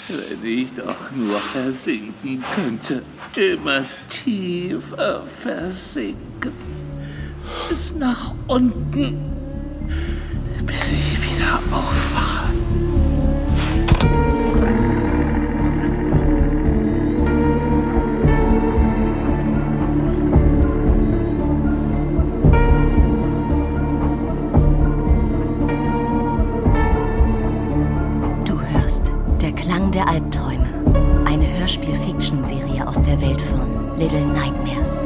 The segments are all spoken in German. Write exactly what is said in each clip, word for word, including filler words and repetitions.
Wenn ich doch nur versinken könnte, immer tiefer versinken, bis nach unten, bis ich wieder aufwache. Der Albträume. Eine Hörspiel-Fiction-Serie aus der Welt von Little Nightmares.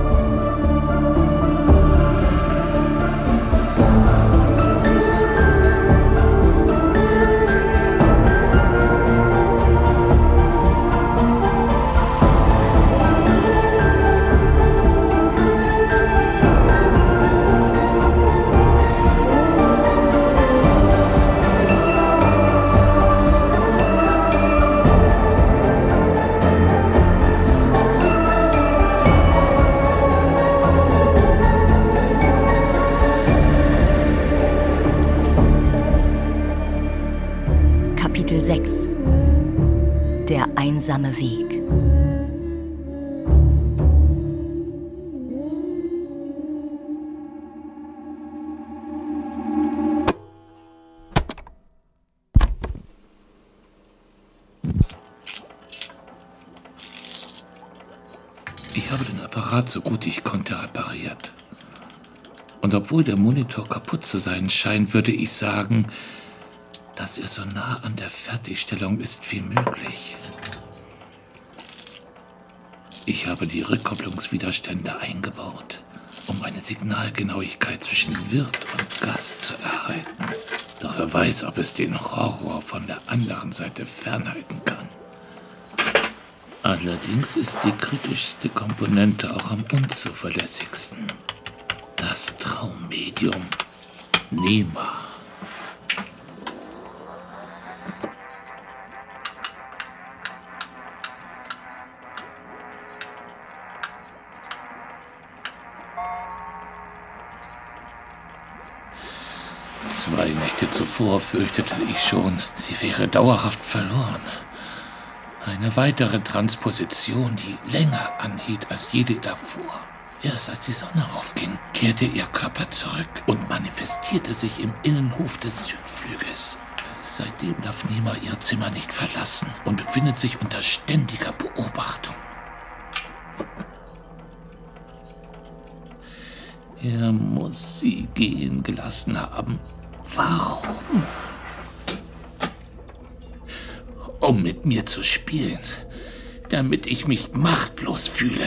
sechs. Der einsame Weg. Ich habe den Apparat so gut ich konnte repariert. Und obwohl der Monitor kaputt zu sein scheint, würde ich sagen, dass er so nah an der Fertigstellung ist wie möglich. Ich habe die Rückkopplungswiderstände eingebaut, um eine Signalgenauigkeit zwischen Wirt und Gast zu erhalten. Doch wer weiß, ob es den Horror von der anderen Seite fernhalten kann. Allerdings ist die kritischste Komponente auch am unzuverlässigsten. Das Traummedium Nema. Zwei Nächte zuvor fürchtete ich schon, sie wäre dauerhaft verloren. Eine weitere Transposition, die länger anhielt als jede davor. Erst als die Sonne aufging, kehrte ihr Körper zurück und manifestierte sich im Innenhof des Südflügels. Seitdem darf Nema ihr Zimmer nicht verlassen und befindet sich unter ständiger Beobachtung. Er muss sie gehen gelassen haben. Warum? Um mit mir zu spielen, damit ich mich machtlos fühle.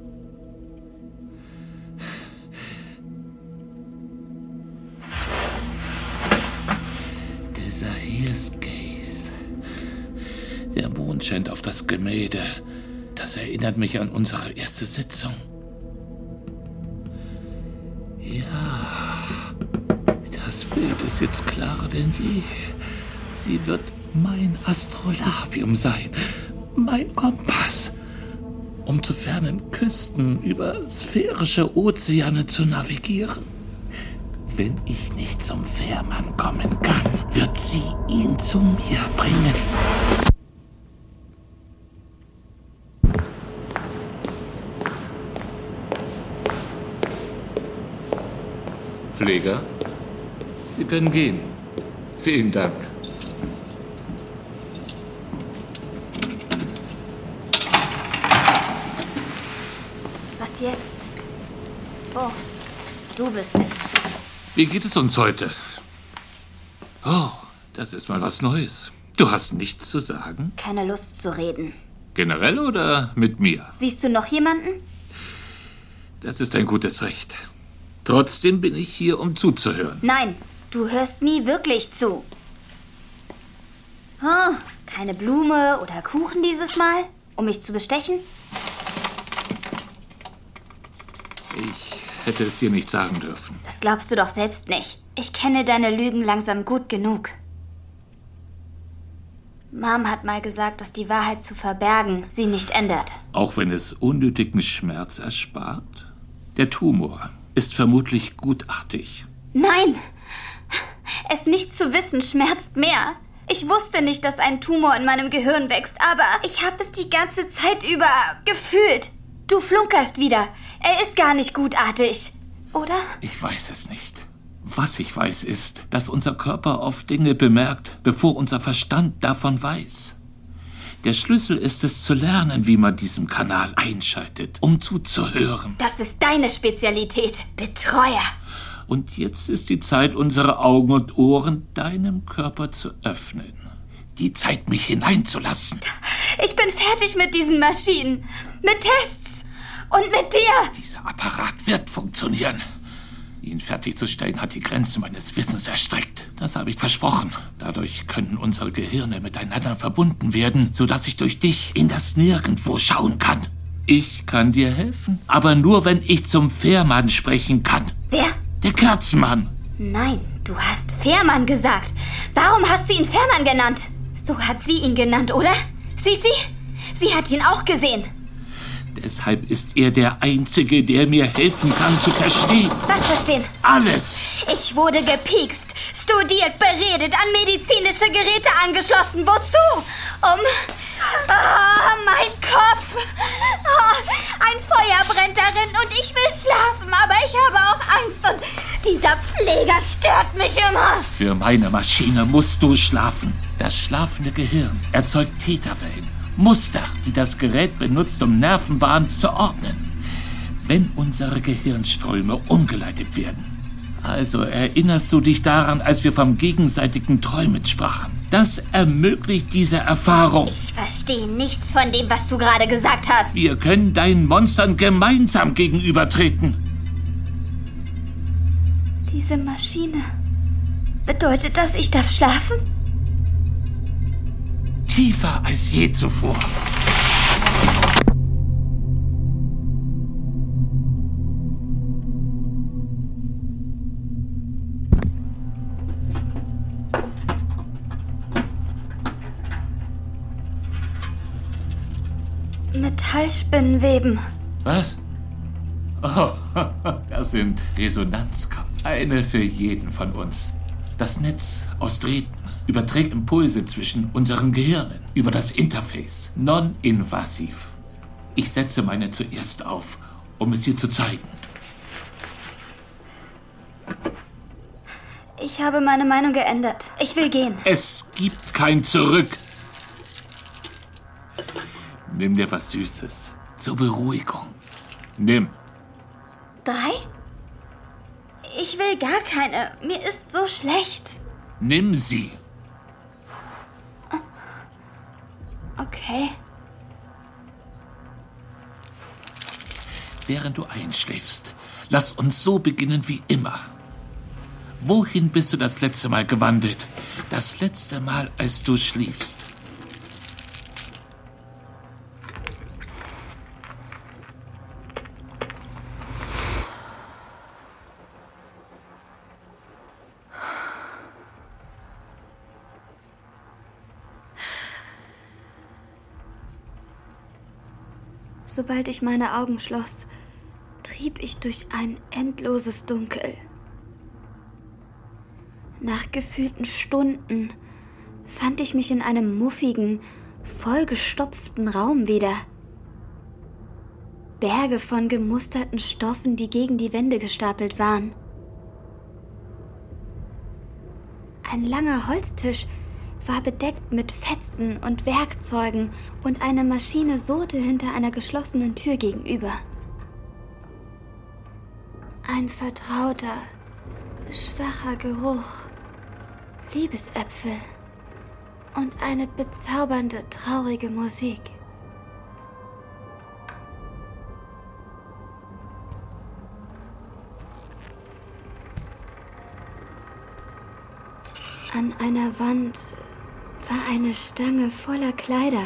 Desire's Gaze. Der Mond scheint auf das Gemälde. Das erinnert mich an unsere erste Sitzung. Ja, das Bild ist jetzt klarer denn je. Sie wird mein Astrolabium sein, mein Kompass, um zu fernen Küsten über sphärische Ozeane zu navigieren. Wenn ich nicht zum Fährmann kommen kann, wird sie ihn zu mir bringen. Pfleger, Sie können gehen. Vielen Dank. Was jetzt? Oh, du bist es. Wie geht es uns heute? Oh, das ist mal was Neues. Du hast nichts zu sagen? Keine Lust zu reden. Generell oder mit mir? Siehst du noch jemanden? Das ist ein gutes Recht. Trotzdem bin ich hier, um zuzuhören. Nein, du hörst nie wirklich zu. Oh, keine Blume oder Kuchen dieses Mal, um mich zu bestechen? Ich hätte es dir nicht sagen dürfen. Das glaubst du doch selbst nicht. Ich kenne deine Lügen langsam gut genug. Mom hat mal gesagt, dass die Wahrheit zu verbergen sie nicht ändert. Auch wenn es unnötigen Schmerz erspart? Der Tumor ist vermutlich gutartig. Nein! Es nicht zu wissen schmerzt mehr. Ich wusste nicht, dass ein Tumor in meinem Gehirn wächst, aber ich habe es die ganze Zeit über gefühlt. Du flunkerst wieder. Er ist gar nicht gutartig, oder? Ich weiß es nicht. Was ich weiß, ist, dass unser Körper oft Dinge bemerkt, bevor unser Verstand davon weiß. Der Schlüssel ist es zu lernen, wie man diesen Kanal einschaltet, um zuzuhören. Das ist deine Spezialität, Betreuer. Und jetzt ist die Zeit, unsere Augen und Ohren deinem Körper zu öffnen. Die Zeit, mich hineinzulassen. Ich bin fertig mit diesen Maschinen, mit Tests und mit dir. Dieser Apparat wird funktionieren. Ihn fertigzustellen hat die Grenze meines Wissens erstreckt. Das habe ich versprochen. Dadurch können unsere Gehirne miteinander verbunden werden, sodass ich durch dich in das Nirgendwo schauen kann. Ich kann dir helfen, aber nur, wenn ich zum Fährmann sprechen kann. Wer? Der Kerzenmann. Nein, du hast Fährmann gesagt. Warum hast du ihn Fährmann genannt? So hat sie ihn genannt, oder? Sisi? Sie hat ihn auch gesehen. Deshalb ist er der Einzige, der mir helfen kann zu verstehen. Was verstehen? Alles. Ich wurde gepiekst, studiert, beredet, an medizinische Geräte angeschlossen. Wozu? Um... Oh, mein Kopf. Oh, ein Feuer brennt darin und ich will schlafen, aber ich habe auch Angst und dieser Pfleger stört mich immer. Für meine Maschine musst du schlafen. Das schlafende Gehirn erzeugt Theta-Wellen. Muster, die das Gerät benutzt, um Nervenbahnen zu ordnen, wenn unsere Gehirnströme umgeleitet werden. Also erinnerst du dich daran, als wir vom gegenseitigen Träumen sprachen? Das ermöglicht diese Erfahrung. Ich verstehe nichts von dem, was du gerade gesagt hast. Wir können deinen Monstern gemeinsam gegenübertreten. Diese Maschine. Bedeutet das, ich darf schlafen? Tiefer als je zuvor. Metallspinnenweben. Was? Oh, das sind Resonanzkabel. Eine für jeden von uns. Das Netz aus Drähten überträgt Impulse zwischen unseren Gehirnen über das Interface. Non-invasiv. Ich setze meine zuerst auf, um es dir zu zeigen. Ich habe meine Meinung geändert. Ich will gehen. Es gibt kein Zurück. Nimm dir was Süßes. Zur Beruhigung. Nimm. Drei? Ich will gar keine. Mir ist so schlecht. Nimm sie. Okay. Während du einschläfst, lass uns so beginnen wie immer. Wohin bist du das letzte Mal gewandelt? Das letzte Mal, als du schliefst. Sobald ich meine Augen schloss, trieb ich durch ein endloses Dunkel. Nach gefühlten Stunden fand ich mich in einem muffigen, vollgestopften Raum wieder. Berge von gemusterten Stoffen, die gegen die Wände gestapelt waren. Ein langer Holztisch war bedeckt mit Fetzen und Werkzeugen und eine Maschine surrte hinter einer geschlossenen Tür gegenüber. Ein vertrauter, schwacher Geruch, Liebesäpfel und eine bezaubernde, traurige Musik. An einer Wand war eine Stange voller Kleider.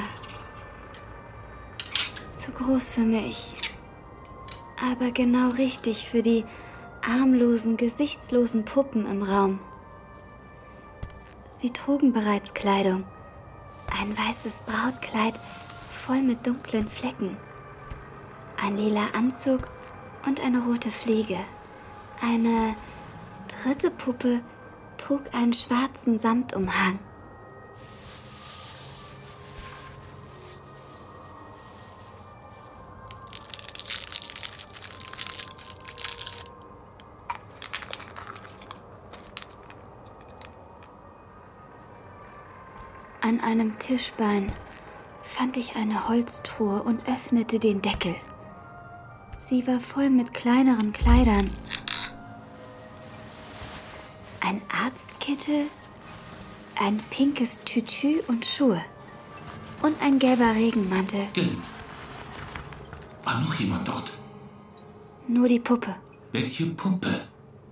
Zu groß für mich, aber genau richtig für die armlosen, gesichtslosen Puppen im Raum. Sie trugen bereits Kleidung. Ein weißes Brautkleid voll mit dunklen Flecken. Ein lila Anzug und eine rote Fliege. Eine dritte Puppe trug einen schwarzen Samtumhang. An einem Tischbein fand ich eine Holztruhe und öffnete den Deckel. Sie war voll mit kleineren Kleidern. Ein Arztkittel, ein pinkes Tütü und Schuhe. Und ein gelber Regenmantel. Gelb. War noch jemand dort? Nur die Puppe. Welche Puppe?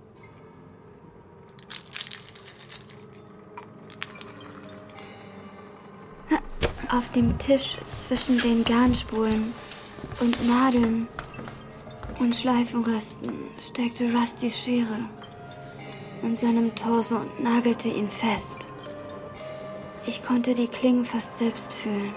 Auf dem Tisch zwischen den Garnspulen und Nadeln und Schleifenresten steckte Rustys Schere in seinem Torso und nagelte ihn fest. Ich konnte die Klingen fast selbst fühlen.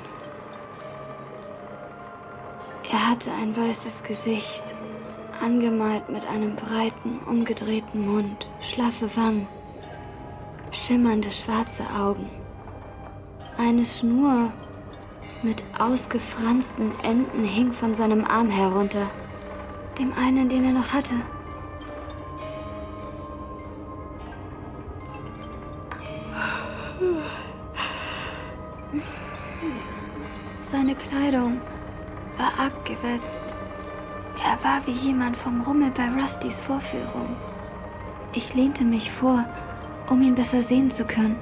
Er hatte ein weißes Gesicht, angemalt mit einem breiten, umgedrehten Mund, schlaffe Wangen, schimmernde schwarze Augen. Eine Schnur mit ausgefransten Enden hing von seinem Arm herunter, dem einen, den er noch hatte. Seine Kleidung war abgewetzt. Er war wie jemand vom Rummel bei Rustys Vorführung. Ich lehnte mich vor, um ihn besser sehen zu können.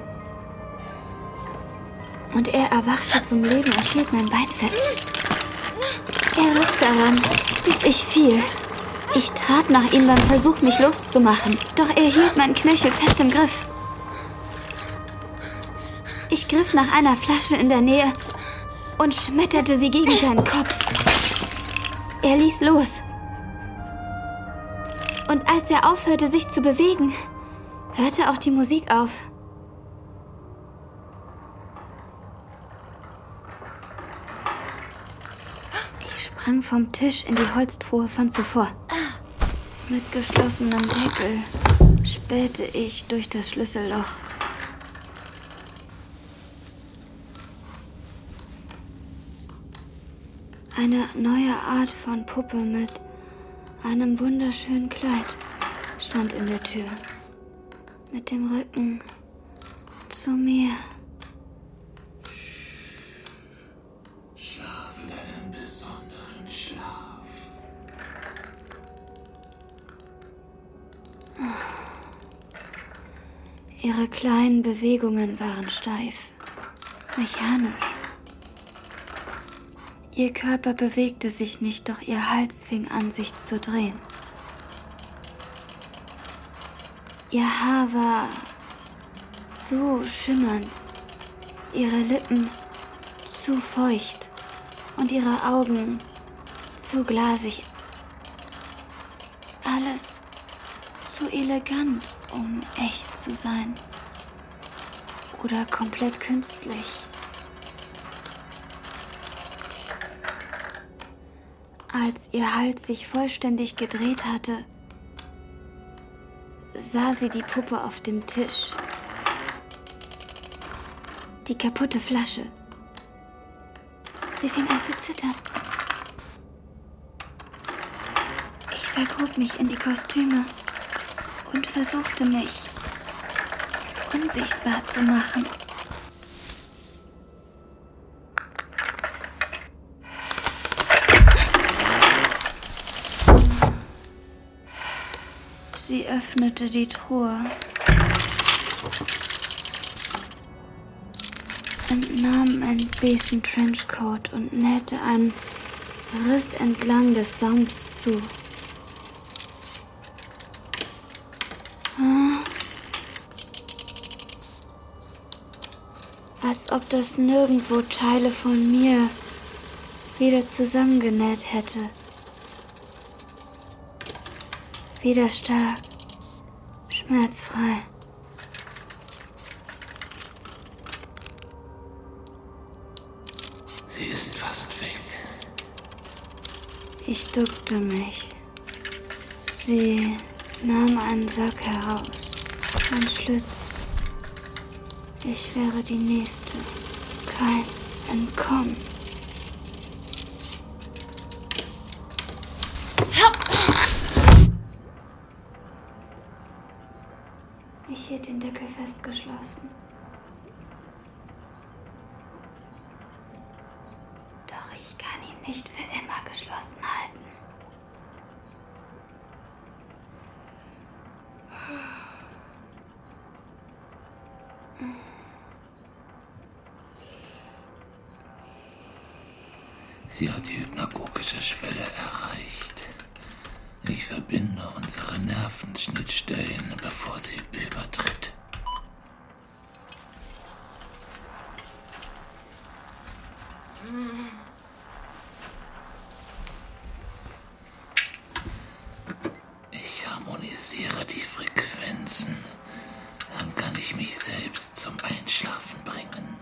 Und er erwachte zum Leben und hielt mein Bein fest. Er riss daran, bis ich fiel. Ich trat nach ihm beim Versuch, mich loszumachen, doch er hielt meinen Knöchel fest im Griff. Ich griff nach einer Flasche in der Nähe und schmetterte sie gegen seinen Kopf. Er ließ los. Und als er aufhörte, sich zu bewegen, hörte auch die Musik auf. Ich sprang vom Tisch in die Holztruhe von zuvor. Mit geschlossenem Deckel spähte ich durch das Schlüsselloch. Eine neue Art von Puppe mit einem wunderschönen Kleid stand in der Tür. Mit dem Rücken zu mir. Schlafe deinen besonderen Schlaf. Ihre kleinen Bewegungen waren steif, mechanisch. Ihr Körper bewegte sich nicht, doch ihr Hals fing an, sich zu drehen. Ihr Haar war zu schimmernd, ihre Lippen zu feucht und ihre Augen zu glasig. Alles zu elegant, um echt zu sein. Oder komplett künstlich. Als ihr Hals sich vollständig gedreht hatte, sah sie die Puppe auf dem Tisch. Die kaputte Flasche. Sie fing an zu zittern. Ich vergrub mich in die Kostüme und versuchte mich unsichtbar zu machen. Sie öffnete die Truhe, entnahm einen beigen Trenchcoat und nähte einen Riss entlang des Saums zu. Als ob das nirgendwo Teile von mir wieder zusammengenäht hätte. Wieder stark, schmerzfrei. Sie ist fast weg. Ich duckte mich. Sie nahm einen Sack heraus. Ein Schlitz. Ich wäre die Nächste. Kein Entkommen. Ich hielt den Deckel festgeschlossen. kann ihn nicht für immer geschlossen halten. Sie hat die hypnagogische Schwelle erreicht. Ich verbinde unsere Nervenschnittstellen, bevor sie übertritt. Ich harmonisiere die Frequenzen. Dann kann ich mich selbst zum Einschlafen bringen.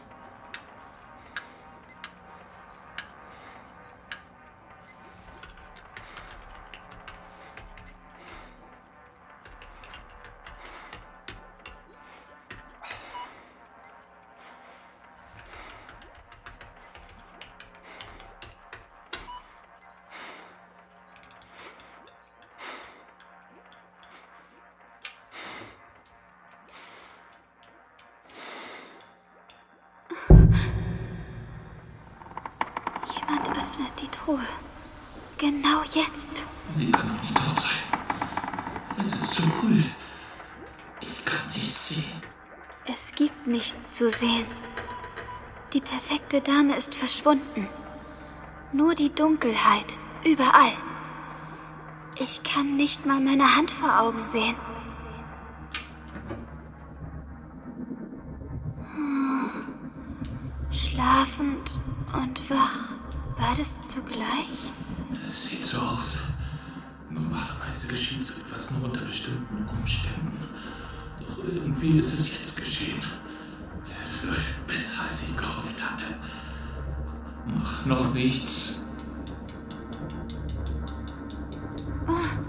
Jemand öffnet die Truhe. Genau jetzt. Sie kann noch nicht dort sein. Es ist zu früh. Ich kann nichts sehen. Es gibt nichts zu sehen. Die perfekte Dame ist verschwunden. Nur die Dunkelheit. Überall. Ich kann nicht mal meine Hand vor Augen sehen. Schlafend und wach. Beides zugleich? Es sieht so aus. Normalerweise geschieht so etwas nur unter bestimmten Umständen. Doch irgendwie ist es jetzt geschehen. Es läuft besser, als ich gehofft hatte. Ach, noch nichts. Oh.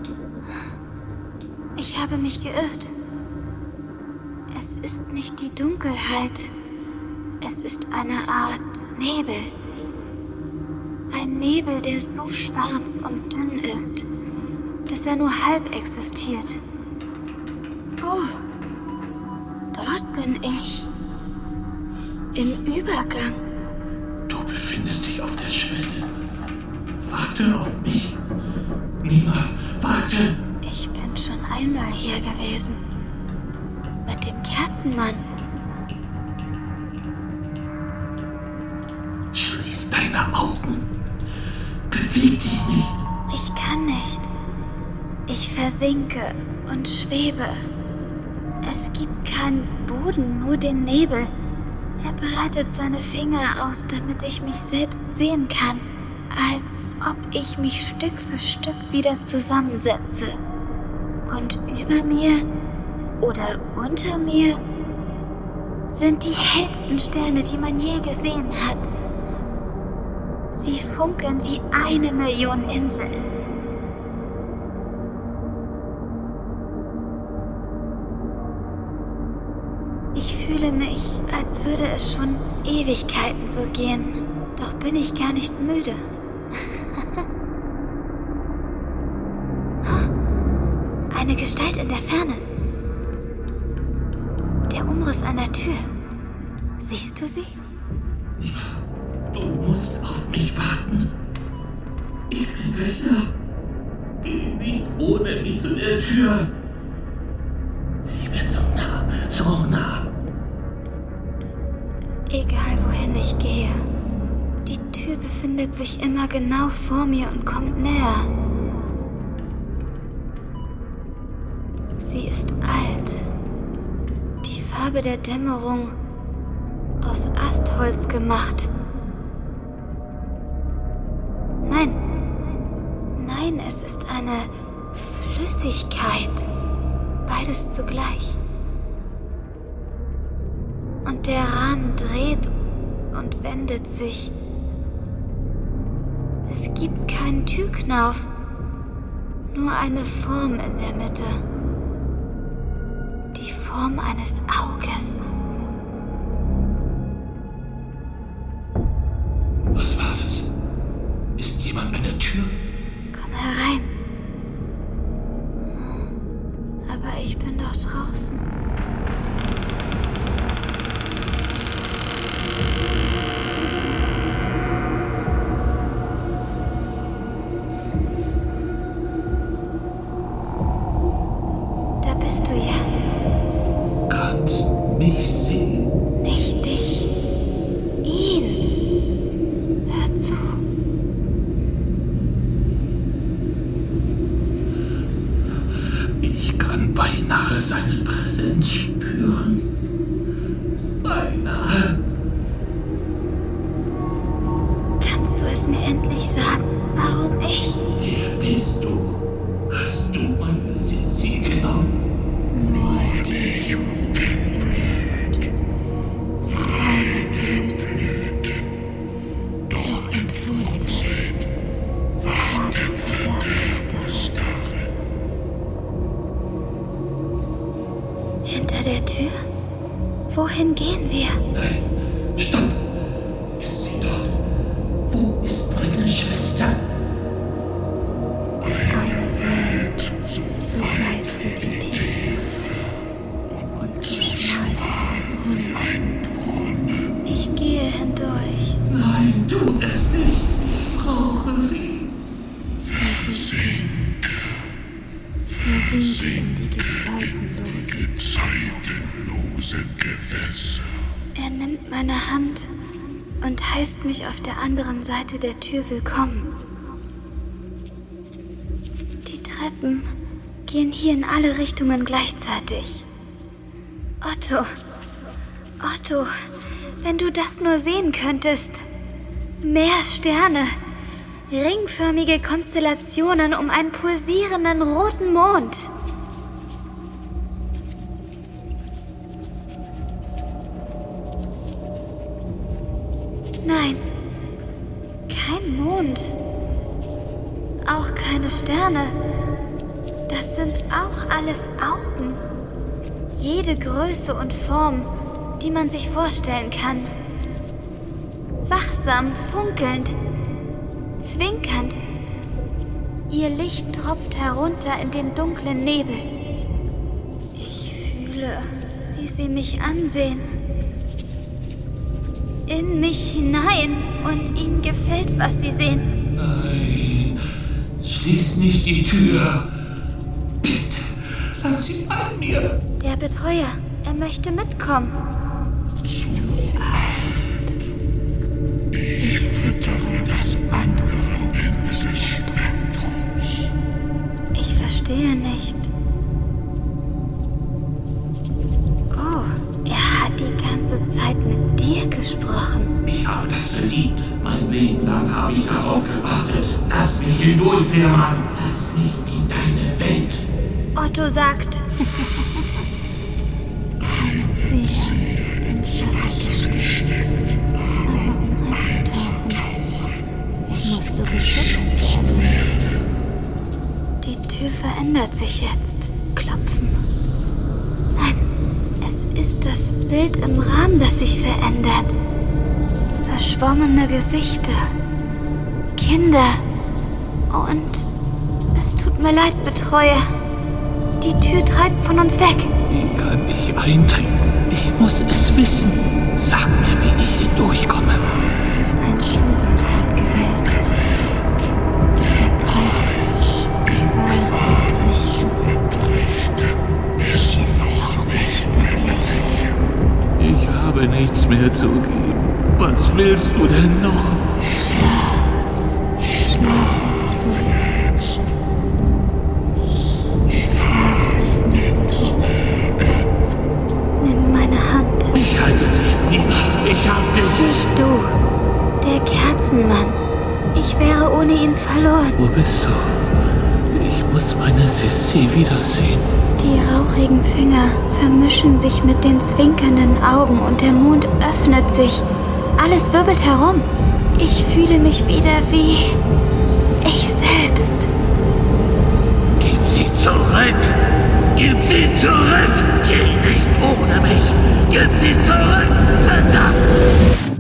Ich habe mich geirrt. Es ist nicht die Dunkelheit. Es ist eine Art Nebel. Ein Nebel, der so schwarz und dünn ist, dass er nur halb existiert. Oh, dort bin ich. Im Übergang. Du befindest dich auf der Schwelle. Warte auf mich. Nima, warte. Ich bin schon einmal hier gewesen. Mit dem Kerzenmann. Schließ deine Augen. Beweg dich nicht. Ich kann nicht. Ich versinke und schwebe. Es gibt keinen Boden, nur den Nebel. Er breitet seine Finger aus, damit ich mich selbst sehen kann. Als ob ich mich Stück für Stück wieder zusammensetze. Und über mir oder unter mir sind die hellsten Sterne, die man je gesehen hat. Sie funkeln wie eine Million Inseln. Ich fühle mich, als würde es schon Ewigkeiten so gehen. Doch bin ich gar nicht müde. Eine Gestalt in der Ferne. Der Umriss einer Tür. Siehst du sie? Nima, du musst auf mich warten. Ich bin gleich da. Geh nicht ohne mich zu der Tür. Ich bin so nah, so nah. Egal wohin ich gehe, die Tür befindet sich immer genau vor mir und kommt näher. Sie ist alt. Die Farbe der Dämmerung aus Astholz gemacht. Nein, nein, es ist eine Flüssigkeit. Beides zugleich. Und der Rahmen dreht und wendet sich. Es gibt keinen Türknauf, nur eine Form in der Mitte. Die Form eines Auges. Was war das? Ist jemand an der Tür? Komm herein. Aber ich bin doch draußen. beinahe seine Präsenz spüren. Beinahe. Kannst du es mir endlich sagen, warum ich? Wer bist du? Hast du meine Sissi genommen? Nur die Jugendblüte. Eine Blüte. Doch entwurzelt. Wartet Verderbnis darin. Hinter der Tür? Wohin gehen wir? Nein, stopp! Ist sie dort? Wo ist meine Schwester? Eine Welt, so weit wie die Tiefe und so schmal wie ein Brunnen. Ich gehe hindurch. Nein, tu es nicht. Ich brauche sie. Versinke, versinke in die gezeitenlosen Gewässer. Gewässer. Er nimmt meine Hand und heißt mich auf der anderen Seite der Tür willkommen. Die Treppen gehen hier in alle Richtungen gleichzeitig. Otto, Otto, wenn du das nur sehen könntest. Mehr Sterne, ringförmige Konstellationen um einen pulsierenden roten Mond. Nein, kein Mond. Auch keine Sterne. Das sind auch alles Augen. Jede Größe und Form, die man sich vorstellen kann. Wachsam, funkelnd, zwinkernd. Ihr Licht tropft herunter in den dunklen Nebel. Ich fühle, wie sie mich ansehen. In mich hinein und ihnen gefällt, was sie sehen. Nein, schließ nicht die Tür. Bitte, lass sie bei mir. Der Betreuer, er möchte mitkommen. Zu alt. Ich füttere das andere Ende des Spektrums. Ich verstehe nicht. Oh, er hat die ganze Zeit mit dir gesprochen. Ich habe das verdient. Mein Leben lang habe ich darauf gewartet. Lass mich hindurch, Fährmann. Lass mich in deine Welt. Otto sagt... Eine Zehe ins Wasser gesteckt. Aber um einzutauchen, musst du geschützt werden. Die Tür verändert sich jetzt. Klopfen. Nein, es ist das Bild im Rahmen, das sich verändert. Verschwommene Gesichter. Kinder. Und es tut mir leid, Betreuer. Die Tür treibt von uns weg. Wie kann ich eintreten? Ich muss es wissen. Sag mir, wie ich hindurchkomme. Ein Zugang wird gewährt. Der Preis, die Weise entrichten. Ich es auch nicht beglichen. Ich habe nichts mehr zu geben. Was willst du denn noch? Schlaf. Schlaf jetzt früh. Schlaf ist nirgendwo. Nimm meine Hand. Ich halte sie. Nina, ich hab dich. Nicht du. Der Kerzenmann. Ich wäre ohne ihn verloren. Wo bist du? Ich muss meine Sissi wiedersehen. Die rauchigen Finger vermischen sich mit den zwinkernden Augen und der Mond öffnet sich. Alles wirbelt herum. Ich fühle mich wieder wie ich selbst. Gib sie zurück! Gib sie zurück! Geh nicht ohne mich! Gib sie zurück! Verdammt!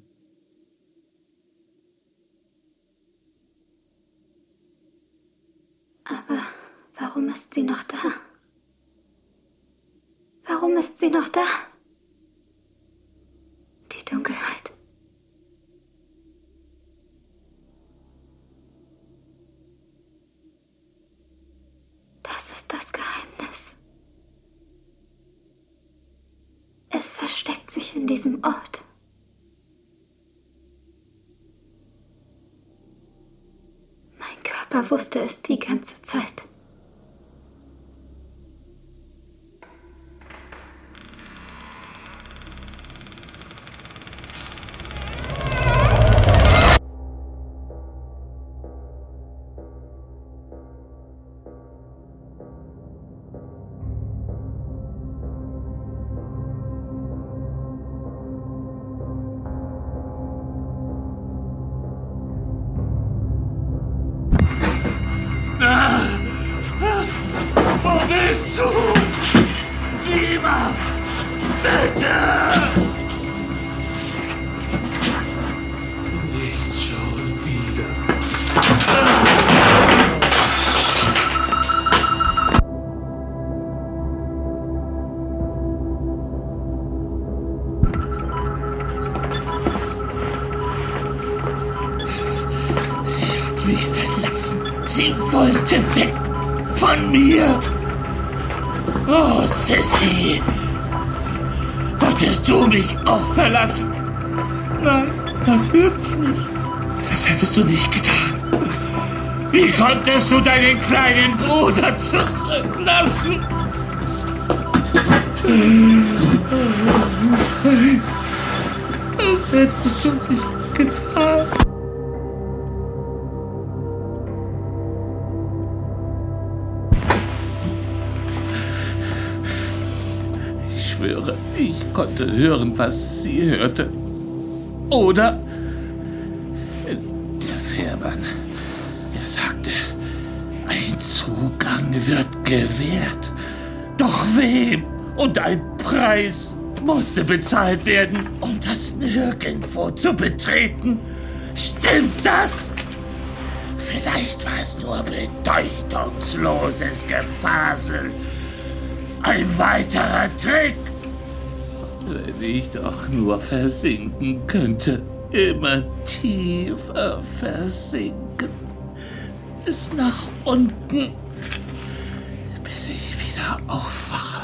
Aber warum ist sie noch da? Warum ist sie noch da? Die Dunkelheit. Das ist das Geheimnis. Es versteckt sich in diesem Ort. Mein Körper wusste es die ganze Zeit. bist du? Niemand! Bitte! Nicht schon wieder. Sie hat mich verlassen. Sie wollte weg von mir. Oh, Sissy. Wolltest du mich auch verlassen? Nein, natürlich nicht. Das hättest du nicht getan. Wie konntest du deinen kleinen Bruder zurücklassen? Das hättest du nicht getan. Ich schwöre, ich konnte hören, was sie hörte. Oder der Fährmann, er sagte, ein Zugang wird gewährt. Doch wem? Und ein Preis musste bezahlt werden, um das Nirgendwo zu betreten. Stimmt das? Vielleicht war es nur bedeutungsloses Gefasel. Ein weiterer Trick. Wenn ich doch nur versinken könnte, immer tiefer versinken, bis nach unten, bis ich wieder aufwache.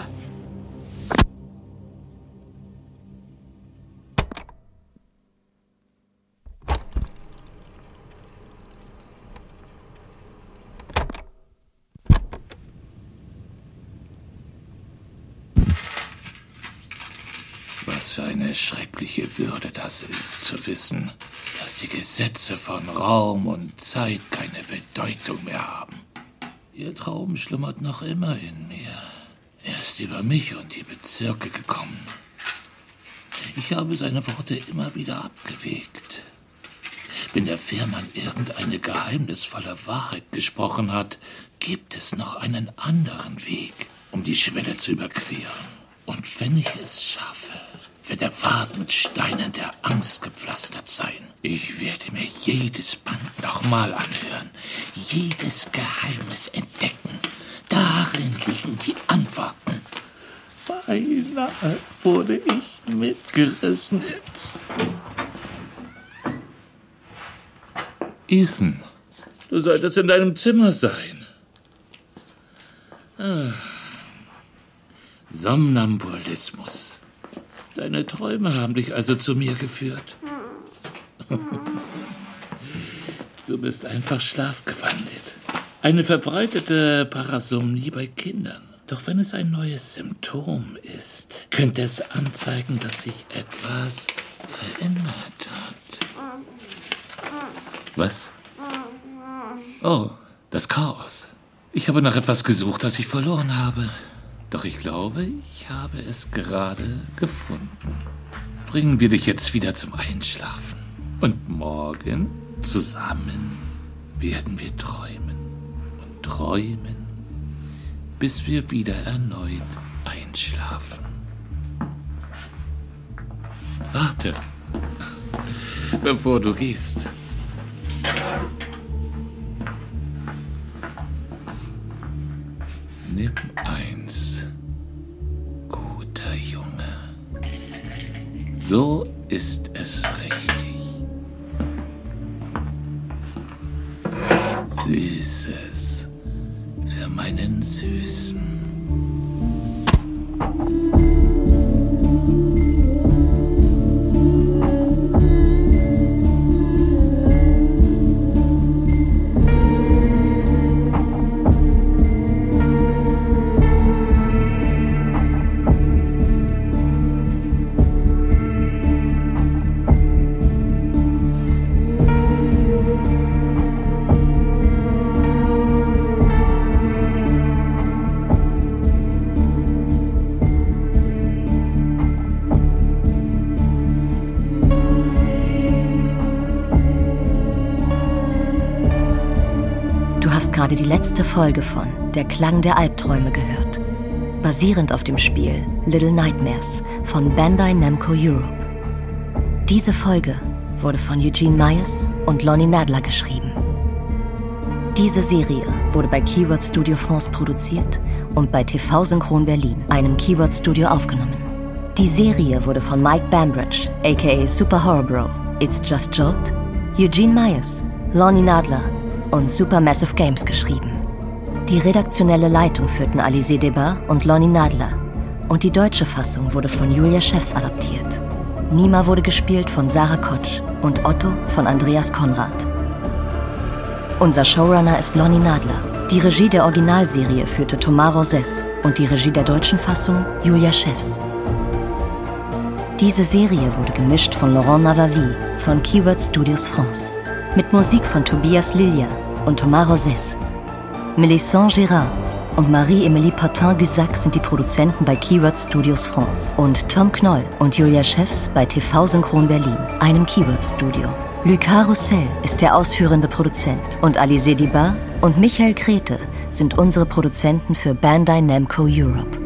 Was für eine schreckliche Bürde das ist, zu wissen, dass die Gesetze von Raum und Zeit keine Bedeutung mehr haben. Ihr Traum schlummert noch immer in mir. Er ist über mich und die Bezirke gekommen. Ich habe seine Worte immer wieder abgewegt. Wenn der Fährmann irgendeine geheimnisvolle Wahrheit gesprochen hat, gibt es noch einen anderen Weg, um die Schwelle zu überqueren. Und wenn ich es schaffe, wird der Pfad mit Steinen der Angst gepflastert sein. Ich werde mir jedes Band nochmal anhören, jedes Geheimnis entdecken. Darin liegen die Antworten. Beinahe wurde ich mitgerissen jetzt. Ethan, du solltest in deinem Zimmer sein. Ah. Somnambulismus. Deine Träume haben dich also zu mir geführt. Du bist einfach schlafgewandelt. Eine verbreitete Parasomnie bei Kindern. Doch wenn es ein neues Symptom ist, könnte es anzeigen, dass sich etwas verändert hat. Was? Oh, das Chaos. Ich habe nach etwas gesucht, das ich verloren habe. Doch ich glaube, ich habe es gerade gefunden. Bringen wir dich jetzt wieder zum Einschlafen. Und morgen zusammen werden wir träumen und träumen, bis wir wieder erneut einschlafen. Warte, bevor du gehst. Nimm eins, guter Junge. So ist es richtig. Süßes für meinen Süßen. Du hast gerade die letzte Folge von Der Klang der Albträume gehört. basierend auf dem Spiel Little Nightmares von Bandai Namco Europe. Diese Folge wurde von Eugene Myers und Lonnie Nadler geschrieben. Diese Serie wurde bei Keywords Studio France produziert und bei T V Synchron Berlin, einem Keywords Studio, aufgenommen. Die Serie wurde von Mike Bambridge, aka Super Horror Bro, It's Just Joked, Eugene Myers, Lonnie Nadler und Supermassive Games geschrieben. Die redaktionelle Leitung führten Alizé Debat und Lonnie Nadler und die deutsche Fassung wurde von Julia Scheffs adaptiert. Nima wurde gespielt von Sarah Kotsch und Otto von Andreas Konrad. Unser Showrunner ist Lonnie Nadler. Die Regie der Originalserie führte Thomas Rosès und die Regie der deutschen Fassung Julia Scheffs. Diese Serie wurde gemischt von Laurent Navavi von Keywords Studios France. Mit Musik von Tobias Lilja und Thomas Rosès. Mélissande Gérard und Marie-Émilie Portin-Gusac sind die Produzenten bei Keywords Studios France und Tom Knoll und Julia Scheffs bei T V Synchron Berlin, einem Keywords Studio. Lucas Roussel ist der ausführende Produzent und Alizé Debat und Michael Krete sind unsere Produzenten für Bandai Namco Europe.